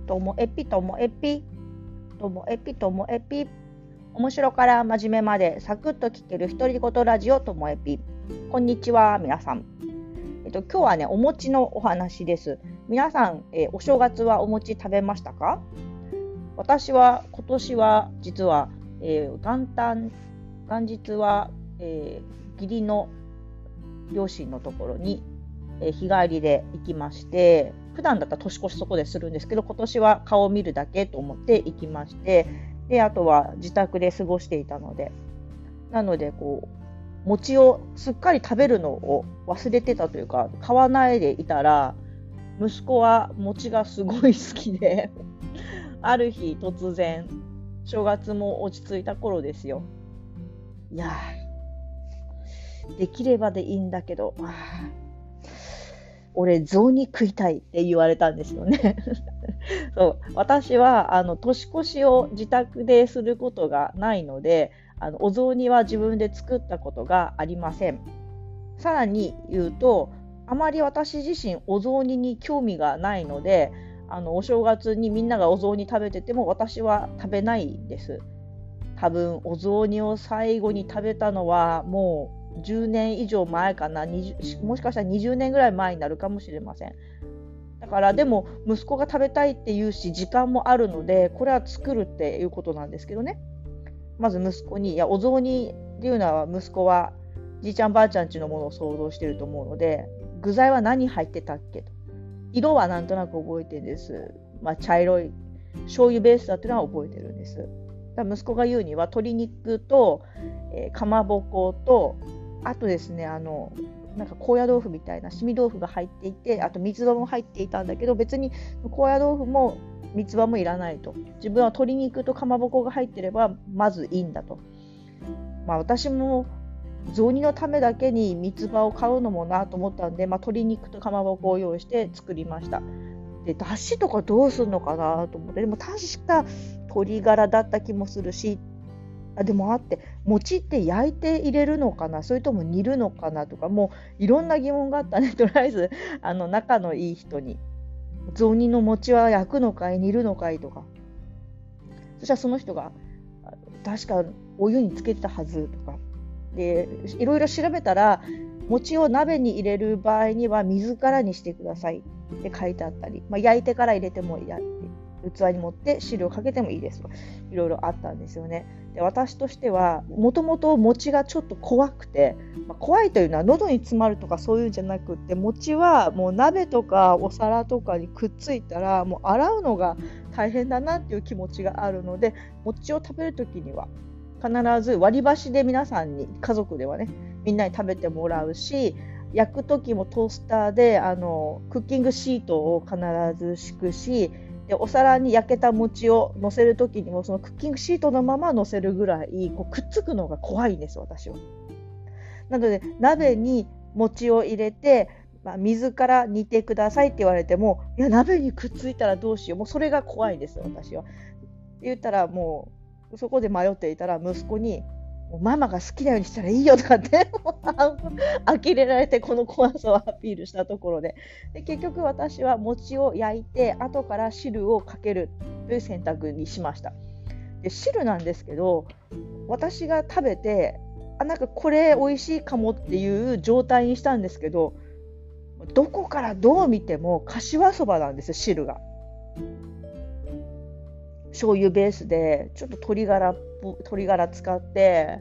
ともエピともエピともエピともエピ、面白から真面目までサクッと聞ける独り言ラジオともエピ。こんにちは皆さん。今日はね、お餅のお話です。皆さん、お正月はお餅食べましたか？私は今年は実は、元日は、義理の両親のところに、日帰りで行きまして、普段だったら年越しそこでするんですけど、今年は顔を見るだけと思って行きまして、であとは自宅で過ごしていたので、なので餅をすっかり食べるのを忘れてたというか、買わないでいたら、息子は餅がすごい好きである日突然、正月も落ち着いた頃ですよ。いやできればでいいんだけど、俺雑煮食いたいって言われたんですよねそう、私は年越しを自宅ですることがないので、お雑煮は自分で作ったことがありません。さらに言うと、あまり私自身お雑煮に興味がないので、お正月にみんながお雑煮食べてても私は食べないです。多分お雑煮を最後に食べたのはもう10年以上前かな、もしかしたら20年ぐらい前になるかもしれません。だからでも息子が食べたいって言うし、時間もあるのでこれは作るっていうことなんですけどね。まず息子に、いやお雑煮っていうのは息子はじいちゃんばあちゃんちのものを想像してると思うので、具材は何入ってたっけと、色はなんとなく覚えてるんです。茶色い醤油ベースだっていうのは覚えてるんです。だから息子が言うには鶏肉と、かまぼことあとですね、なんか高野豆腐みたいなしみ豆腐が入っていて、あと三つ葉も入っていたんだけど、別に高野豆腐も三つ葉もいらないと。自分は鶏肉とかまぼこが入ってればまずいいんだと。私も雑煮のためだけに三つ葉を買うのもなと思ったんで、鶏肉とかまぼこを用意して作りました。で、だしとかどうするのかなと思って、でも確か鶏ガラだった気もするし、でも餅って焼いて入れるのかな、それとも煮るのかなとか、もういろんな疑問があったね。とりあえず仲のいい人に、雑煮の餅は焼くのかい煮るのかいとか、そしたらその人が確かお湯につけてたはずとかで、いろいろ調べたら、餅を鍋に入れる場合には水からにしてくださいって書いてあったり、焼いてから入れてもいい、器に盛って汁をかけてもいいですとか、いろいろあったんですよね。で、私としてはもともと餅がちょっと怖くて、怖いというのは喉に詰まるとかそういうんじゃなくって、餅はもう鍋とかお皿とかにくっついたらもう洗うのが大変だなっていう気持ちがあるので、餅を食べるときには必ず割り箸で皆さんに、家族ではね、みんなに食べてもらうし、焼く時もトースターでクッキングシートを必ず敷くし、でお皿に焼けた餅を乗せる時にもそのクッキングシートのまま乗せるぐらいくっつくのが怖いんです、私は。なので鍋に餅を入れて、水から煮てくださいって言われても、いや鍋にくっついたらどうしよう、もうそれが怖いです、私は。言ったら、もうそこで迷っていたら息子に、ママが好きなようにしたらいいよとかって呆れられて、この怖さをアピールしたところで、結局私は餅を焼いて後から汁をかけるという選択にしました。で、汁なんですけど、私が食べてなんかこれ美味しいかもっていう状態にしたんですけど、どこからどう見ても柏そばなんですよ、汁が。醤油ベースでちょっと鶏ガラ使って、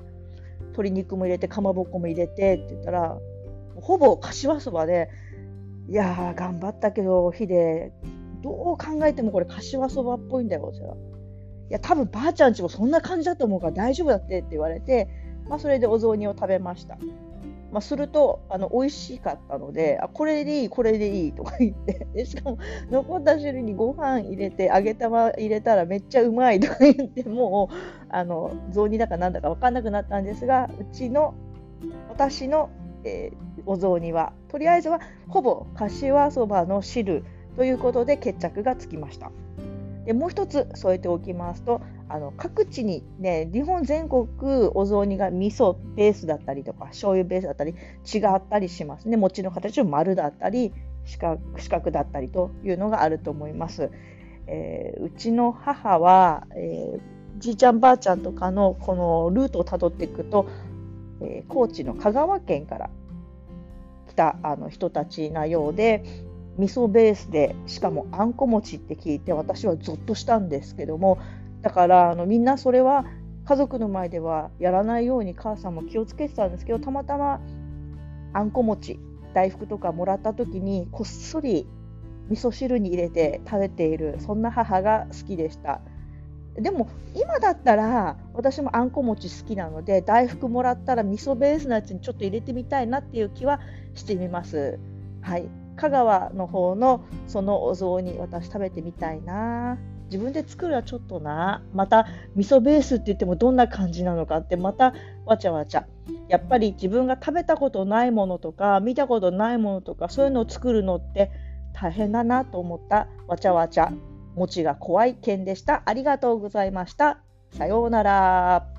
鶏肉も入れてかまぼこも入れてって言ったら、ほぼ柏そばで、いやー頑張ったけどヒデ、どう考えてもこれ柏そばっぽいんだよって言ったら、いや多分ばあちゃんちもそんな感じだと思うから大丈夫だってって言われて、それでお雑煮を食べました。すると美味しかったので、これでいいこれでいいとか言って、でしかも残った汁にご飯入れて揚げ玉入れたらめっちゃうまいとか言って、もう雑煮だかなんだか分かんなくなったんですが、私の、お雑煮はとりあえずはほぼ柏そばの汁ということで決着がつきました。でもう一つ添えておきますと、各地にね、日本全国お雑煮が味噌ベースだったりとか醤油ベースだったり違ったりしますね。餅の形も丸だったり四角だったりというのがあると思います。 うちの母は、じいちゃんばあちゃんとかのこのルートをたどっていくと、高知の香川県から来た人たちなようで、味噌ベースでしかもあんこ餅って聞いて私はゾッとしたんですけども、だからみんなそれは家族の前ではやらないように母さんも気をつけてたんですけど、たまたまあんこ餅大福とかもらった時にこっそり味噌汁に入れて食べている、そんな母が好きでした。でも今だったら私もあんこ餅好きなので、大福もらったら味噌ベースのやつにちょっと入れてみたいなっていう気はしてみます。はい、香川の方のそのお雑煮、私食べてみたいな。自分で作るはちょっとな。また味噌ベースって言ってもどんな感じなのかってまたわちゃわちゃ。やっぱり自分が食べたことないものとか見たことないものとか、そういうのを作るのって大変だなと思ったわちゃわちゃ餅が怖い件でした。ありがとうございました。さようなら。